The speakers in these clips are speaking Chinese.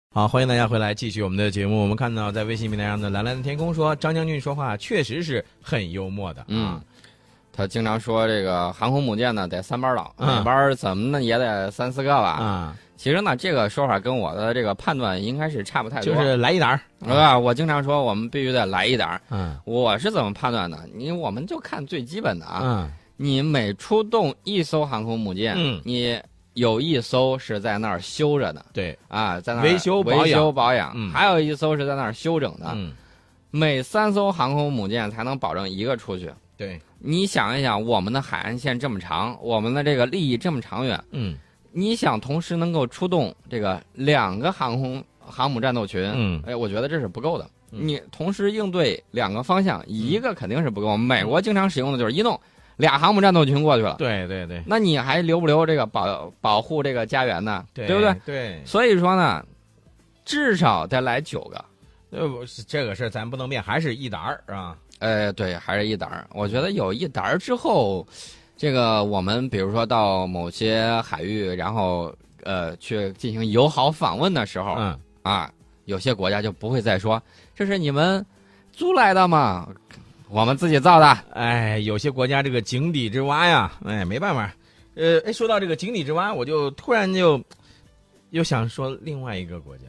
好，欢迎大家回来继续我们的节目。我们看到在微信平台上的蓝蓝的天空说，张将军说话确实是很幽默的啊。 他经常说这个航空母舰呢得3班倒，每班怎么呢也得3、4个吧。 啊， 其实呢这个说法跟我的这个判断应该是差不太多， 就是来一打我经常说我们必须得来一打。我是怎么判断的？我们就看最基本的啊。你每出动一艘航空母舰，你有一艘是在那儿修着的， 对啊，在那儿维修保养， 还有一艘是在那儿休整的。每3艘航空母舰才能保证一个出去。 对， 你想一想，我们的海岸线这么长，我们的这个利益这么长远，你想同时能够出动这个2个航母战斗群，我觉得这是不够的。你同时应对2个方向，一个肯定是不够。美国经常使用的就是一弄2航母战斗群过去了， 对对对， 那你还留不留这个保护这个家园呢？ 对不对？ 对， 所以说呢，至少得来9个。 这个事咱不能变，还是一打是吧？ 对，还是一打。我觉得有一打之后，这个我们比如说到某些海域，然后去进行友好访问的时候，有些国家就不会再说这是你们租来的吗？我们自己造的。 有些国家这个井底之蛙呀，没办法。说到这个井底之蛙，我就突然又想说另外一个国家。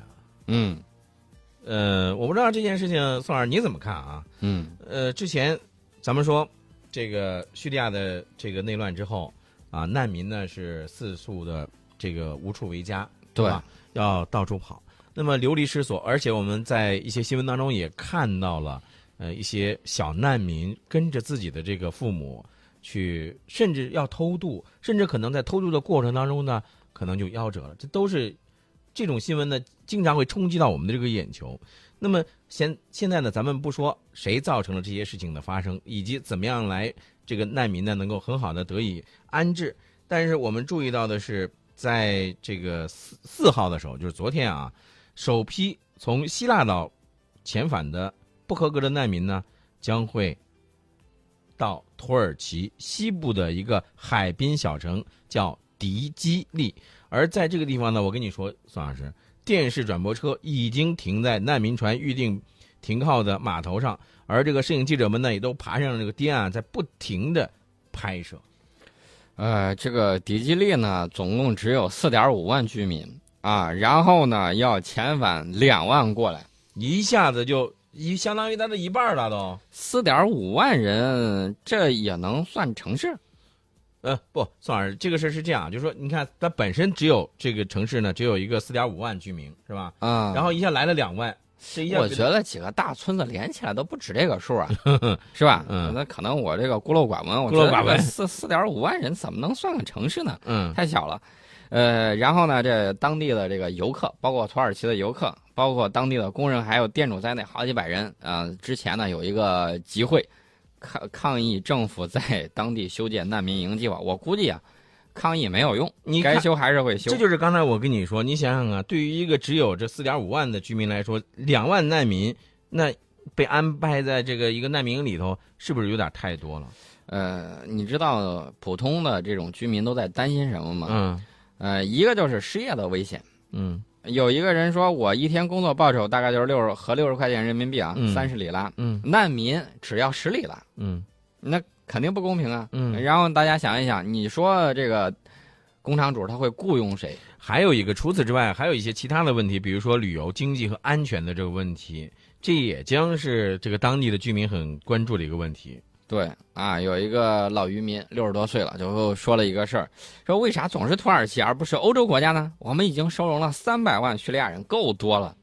我不知道这件事情，宋老师你怎么看啊？之前咱们说这个叙利亚的这个内乱之后啊，难民呢是四处的这个无处为家，对吧？要到处跑，那么流离失所，而且我们在一些新闻当中也看到了。一些小难民跟着自己的这个父母去，甚至要偷渡，甚至可能在偷渡的过程当中呢，可能就夭折了。这都是这种新闻呢，经常会冲击到我们的这个眼球。那么现在呢，咱们不说谁造成了这些事情的发生，以及怎么样来这个难民呢能够很好的得以安置，但是我们注意到的是，在这个4号的时候，就是昨天啊，首批从希腊岛遣返的不合格的难民呢，将会到土耳其西部的一个海滨小城，叫迪基利。而在这个地方呢，我跟你说，宋老师，电视转播车已经停在难民船预定停靠的码头上，而这个摄影记者们呢，也都爬上这个堤岸，在不停的拍摄。 这个迪基利呢，总共只有4.5万居民啊，然后呢，要遣返2万过来， 一下子就相当于它的一半了都。 4.5万人，这也能算城市？ 不，宋老师，这个事是这样，就是说，你看它本身只有这个城市呢，只有一个4.5万居民，是吧？然后一下来了2万， 我觉得几个大村子连起来都不止这个数啊，是吧？那可能我这个孤陋寡闻，我觉得4.5万人怎么能算个城市呢？太小了。然后呢，这当地的这个游客，包括土耳其的游客，包括当地的工人，还有店主在内，好几百人。之前呢有一个集会，抗议政府在当地修建难民营计划。我估计啊，抗议没有用，该修还是会修。 这就是刚才我跟你说，你想想啊，对于一个只有这4.5万的居民来说，2万难民，那被安排在这个一个难民营里头，是不是有点太多了？ 你知道普通的这种居民都在担心什么吗？一个就是失业的危险。有一个人说，我一天工作报酬大概就是60块钱人民币啊，30里拉。难民只要10里拉。那肯定不公平啊。然后大家想一想，你说这个工厂主他会雇佣谁？ 还有一个，除此之外，还有一些其他的问题，比如说旅游、经济和安全的这个问题，这也将是这个当地的居民很关注的一个问题。 对啊，有一个老渔民60多岁了，就说了一个事儿，说为啥总是土耳其而不是欧洲国家呢？我们已经收容了300万叙利亚人，够多了。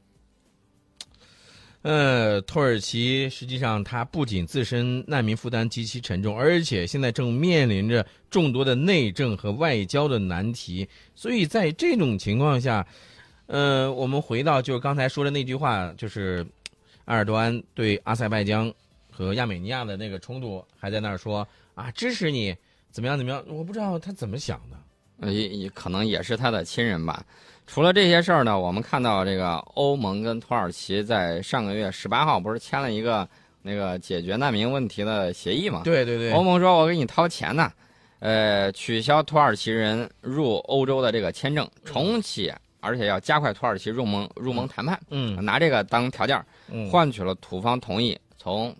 土耳其实际上它不仅自身难民负担极其沉重，而且现在正面临着众多的内政和外交的难题。所以在这种情况下，我们回到就是刚才说的那句话，就是埃尔多安对阿塞拜疆和亚美尼亚的那个冲突，还在那儿说啊支持你怎么样怎么样，我不知道他怎么想的。 也可能也是他的亲人吧。除了这些事儿呢，我们看到这个欧盟跟土耳其在上个月18号不是签了一个那个解决难民问题的协议嘛？ 对对对。 欧盟说我给你掏钱呢，取消土耳其人入欧洲的这个签证，重启而且要加快土耳其入盟谈判，拿这个当条件，换取了土方同意，从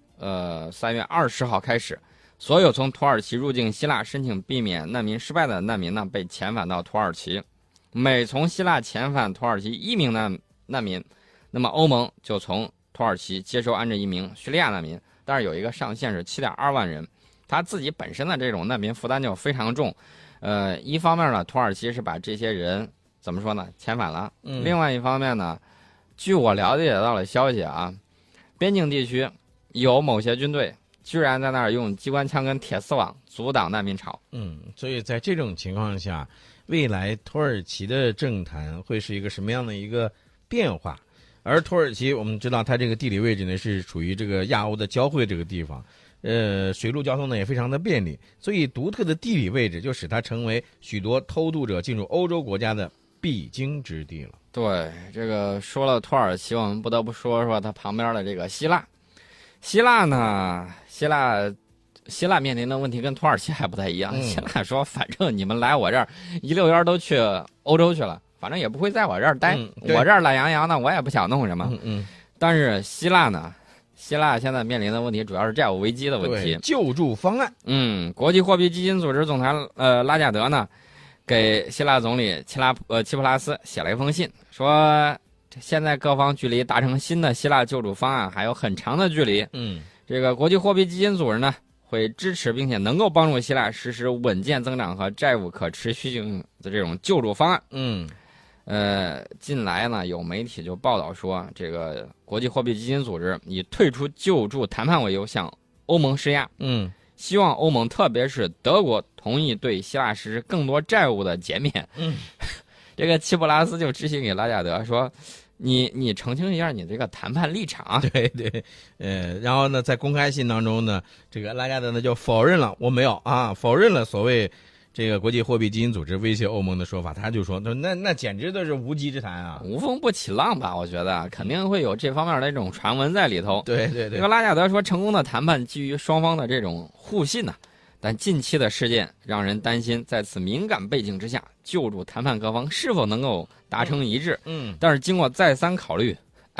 3月20号开始，所有从土耳其入境希腊申请避免难民失败的难民呢，被遣返到土耳其。每从希腊遣返土耳其1名难民，那么欧盟就从土耳其接收安置1名叙利亚难民，但是有一个上限是7.2万人，他自己本身的这种难民负担就非常重。一方面呢，土耳其是把这些人怎么说呢遣返了，另外一方面呢，据我了解到的消息啊，边境地区有某些军队居然在那儿用机关枪跟铁丝网阻挡难民潮。 所以在这种情况下，未来土耳其的政坛会是一个什么样的一个变化？而土耳其我们知道它这个地理位置呢是处于这个亚欧的交汇这个地方，水陆交通呢也非常的便利，所以独特的地理位置就使它成为许多偷渡者进入欧洲国家的必经之地了。 对，这个说了土耳其，我们不得不说说它旁边的这个希腊。希腊呢，希腊面临的问题跟土耳其还不太一样。希腊说，反正你们来我这儿一溜烟都去欧洲去了，反正也不会在我这儿待，我这儿懒洋洋的，我也不想弄什么。但是希腊呢，希腊现在面临的问题主要是债务危机的问题。 救助方案。 国际货币基金组织总裁拉加德呢，给希腊总理齐普拉斯写了一封信，说现在各方距离达成新的希腊救助方案还有很长的距离。这个国际货币基金组织呢，会支持并且能够帮助希腊实施稳健增长和债务可持续性的这种救助方案。近来呢，有媒体就报道说，这个国际货币基金组织以退出救助谈判为由向欧盟施压。希望欧盟特别是德国同意对希腊实施更多债务的减免。这个齐普拉斯就致信给拉加德说，你澄清一下你这个谈判立场。 对，然后呢，在公开信当中呢，这个拉加德呢就否认了，我没有啊，否认了所谓这个国际货币基金组织威胁欧盟的说法。他就说，那简直都是无稽之谈啊， 无风不起浪吧？我觉得肯定会有这方面的这种传闻在里头。 对， 这个拉加德说，成功的谈判基于双方的这种互信呢。但近期的事件让人担心，在此敏感背景之下，救助谈判各方是否能够达成一致。但是经过再三考虑，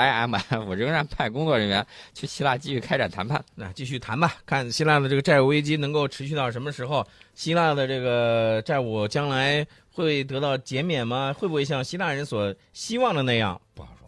IMF 仍然派工作人员去希腊继续开展谈判。 那继续谈吧，看希腊的这个债务危机能够持续到什么时候？希腊的这个债务将来会得到减免吗？会不会像希腊人所希望的那样？不好说。